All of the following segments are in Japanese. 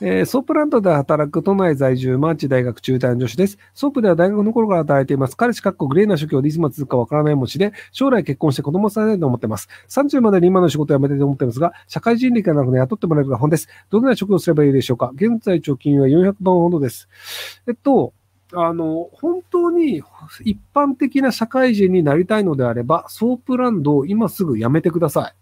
ソープランドで働く都内在住、マーチ大学中退の女子です。ソープでは大学の頃から働いています。彼氏グレーな職業でいつまで続くかわからない持ちで、将来結婚して子供をされたいと思っています。30までに今の仕事を辞めたいと思っていますが、社会人歴がなくて雇ってもらえるか不安です。どのような職業をすればいいでしょうか。現在貯金は400万ほどです。本当に一般的な社会人になりたいのであれば、ソープランドを今すぐ辞めてください。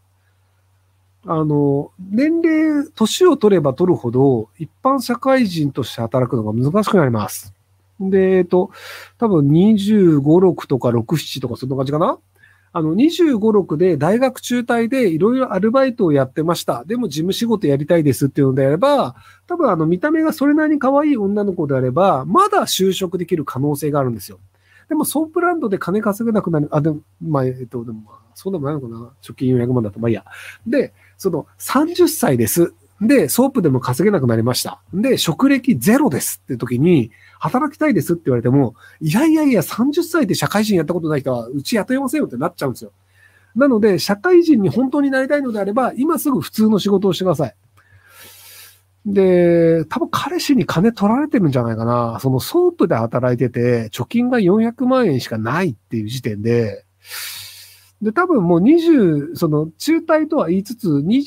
年齢、年を取れば取るほど、一般社会人として働くのが難しくなります。で、多分25、6とか6、7とかそんな感じかな。25、6で大学中退でいろいろアルバイトをやってました。でも事務仕事やりたいですっていうのであれば、多分見た目がそれなりに可愛い女の子であれば、まだ就職できる可能性があるんですよ。でもソープランドで金稼げなくなる、でも、そうでもないのかな。貯金400万だと、まあいいや。で、30歳です。で、ソープでも稼げなくなりました。で、職歴ゼロですって時に、働きたいですって言われても、いやいやいや、30歳で社会人やったことない人は、うち雇いませんよってなっちゃうんですよ。なので、社会人に本当になりたいのであれば、今すぐ普通の仕事をしてください。で、多分彼氏に金取られてるんじゃないかな。そのソープで働いてて、貯金が400万円しかないっていう時点で、多分もう20、中退とは言いつつ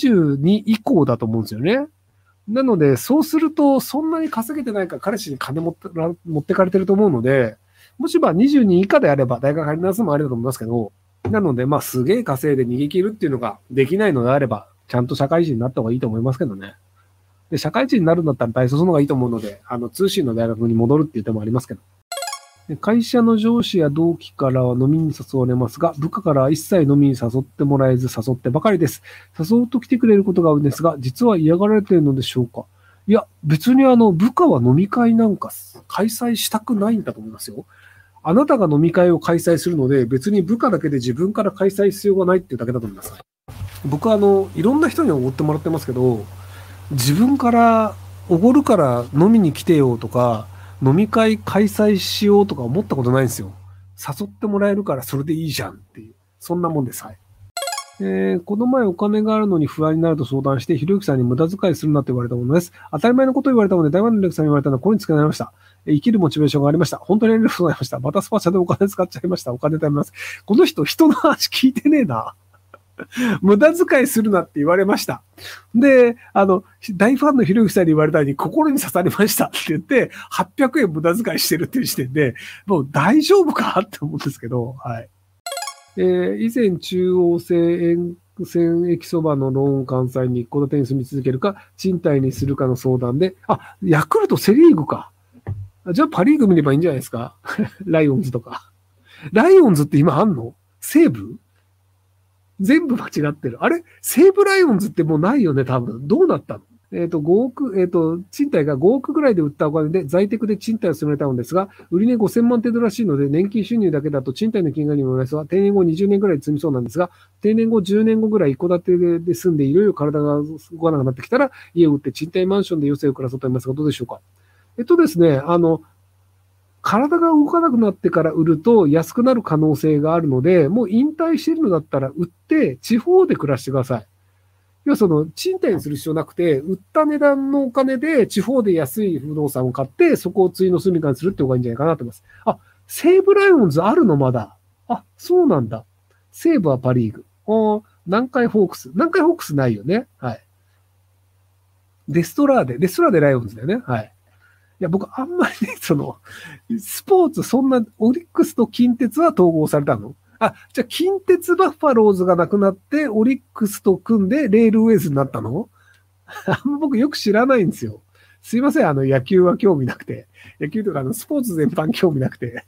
22以降だと思うんですよね。なので、そうすると、そんなに稼げてないから彼氏に金持ってかれてると思うので、もし22以下であれば大学入り直すもありだと思いますけど、なので、すげえ稼いで逃げ切るっていうのができないのであれば、ちゃんと社会人になった方がいいと思いますけどね。で、社会人になるんだったら大卒の方がいいと思うので、通信の大学に戻るっていう手もありますけど。会社の上司や同期からは飲みに誘われますが、部下からは一切飲みに誘ってもらえず誘ってばかりです。誘うと来てくれることが多いんですが、実は嫌がられているのでしょうか。いや、別に部下は飲み会なんか開催したくないんだと思いますよ。あなたが飲み会を開催するので、別に部下だけで自分から開催必要がないっていうだけだと思います。僕はいろんな人におごってもらってますけど、自分からおごるから飲みに来てよとか、飲み会開催しようとか思ったことないんですよ。誘ってもらえるからそれでいいじゃんっていう。そんなもんです。はい。この前お金があるのに不安になると相談して、ひろゆきさんに無駄遣いするなと言われたものです。当たり前のことを言われたので、大満力さんに言われたのはこれにつけられました。生きるモチベーションがありました。本当にありがとうございました。またスパチャでお金使っちゃいました。お金貯めます。この人の話聞いてねえな。無駄遣いするなって言われました。で、大ファンのひろゆきさんに言われたように心に刺されましたって言って、800円無駄遣いしてるっていう時点で、もう大丈夫かって思うんですけど、はい。以前中央線駅そばのローン関西に一戸建てに住み続けるか、賃貸にするかの相談で、ヤクルトセリーグか。じゃあパリーグ見ればいいんじゃないですか。ライオンズとか。ライオンズって今あんの？西武？全部間違ってる。あれ西武ライオンズってもうないよね、多分。どうなったの？5億、賃貸が5億ぐらいで売ったお金で在宅で賃貸を進めたのですが、売値5000万程度らしいので、年金収入だけだと賃貸の金額にもなりますが、定年後20年ぐらいで積みそうなんですが、定年後10年後ぐらい一戸建てで住んでいろいろ体が動かなくなってきたら、家を売って賃貸マンションで余生を暮らそうと思いますが、どうでしょうか。ですね、体が動かなくなってから売ると安くなる可能性があるので、もう引退しているのだったら売って地方で暮らしてください。要は賃貸にする必要なくて、売った値段のお金で地方で安い不動産を買って、そこを次の住みかにするって方がいいんじゃないかなと思います。西武ライオンズあるのまだ。そうなんだ。西武はパリーグ。南海ホークス。南海ホークスないよね。はい。レストラーデライオンズだよね。はい。いや、僕あんまりね、スポーツそんな、オリックスと近鉄は統合されたの？じゃあ近鉄バッファローズがなくなって、オリックスと組んでレールウェイズになったの？あんま僕よく知らないんですよ。すいません、野球は興味なくて。野球とかスポーツ全般興味なくて。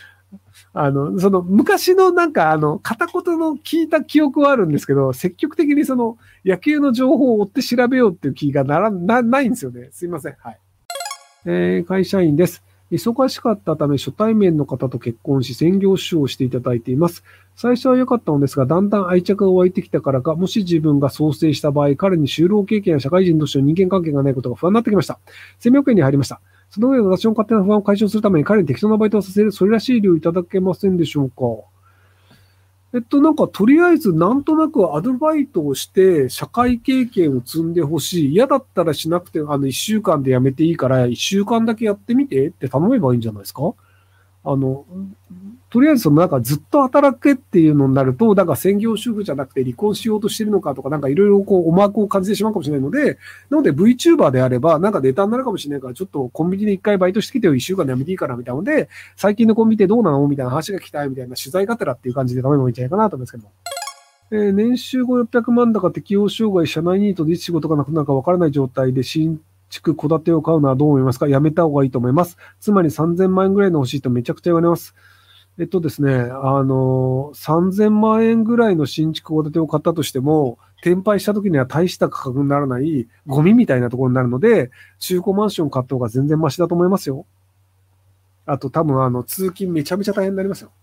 昔の片言の聞いた記憶はあるんですけど、積極的に野球の情報を追って調べようっていう気がないんですよね。すいません。はい。会社員です。忙しかったため初対面の方と結婚し専業主婦をしていただいています。最初は良かったのですが、だんだん愛着が湧いてきたからか、もし自分が創生した場合、彼に就労経験や社会人としての人間関係がないことが不安になってきました。生命保険に入りました。その上で私の勝手な不安を解消するために彼に適当なバイトをさせる、それらしい料をいただけませんでしょうか。 なんか、とりあえず、なんとなくアルバイトをして、社会経験を積んでほしい。嫌だったらしなくて、一週間で辞めていいから、一週間だけやってみてって頼めばいいんじゃないですか。あの、とりあえずなんかずっと働けっていうのになると、なんか専業主婦じゃなくて離婚しようとしてるのかとか、なんかいろいろ思惑を感じてしまうかもしれないので、なので VTuber であれば、なんかネタになるかもしれないから、ちょっとコンビニで一回バイトしてきてよ、一週間でやめていいからみたいなので、最近のコンビニってどうなのみたいな話が聞きたいみたいな取材がてらっていう感じで頼めばいいんじゃないかなと思うんですけども。年収5、600万だか適応障害、社内ニートでいつ仕事がなくなるかわからない状態で新築戸建てを買うのはどう思いますか？やめた方がいいと思います。つまり3000万円ぐらいの欲しいとめちゃくちゃ言われます。ですね、3000万円ぐらいの新築戸建てを買ったとしても、転売した時には大した価格にならないゴミみたいなところになるので、中古マンション買った方が全然マシだと思いますよ。あと多分通勤めちゃめちゃ大変になりますよ。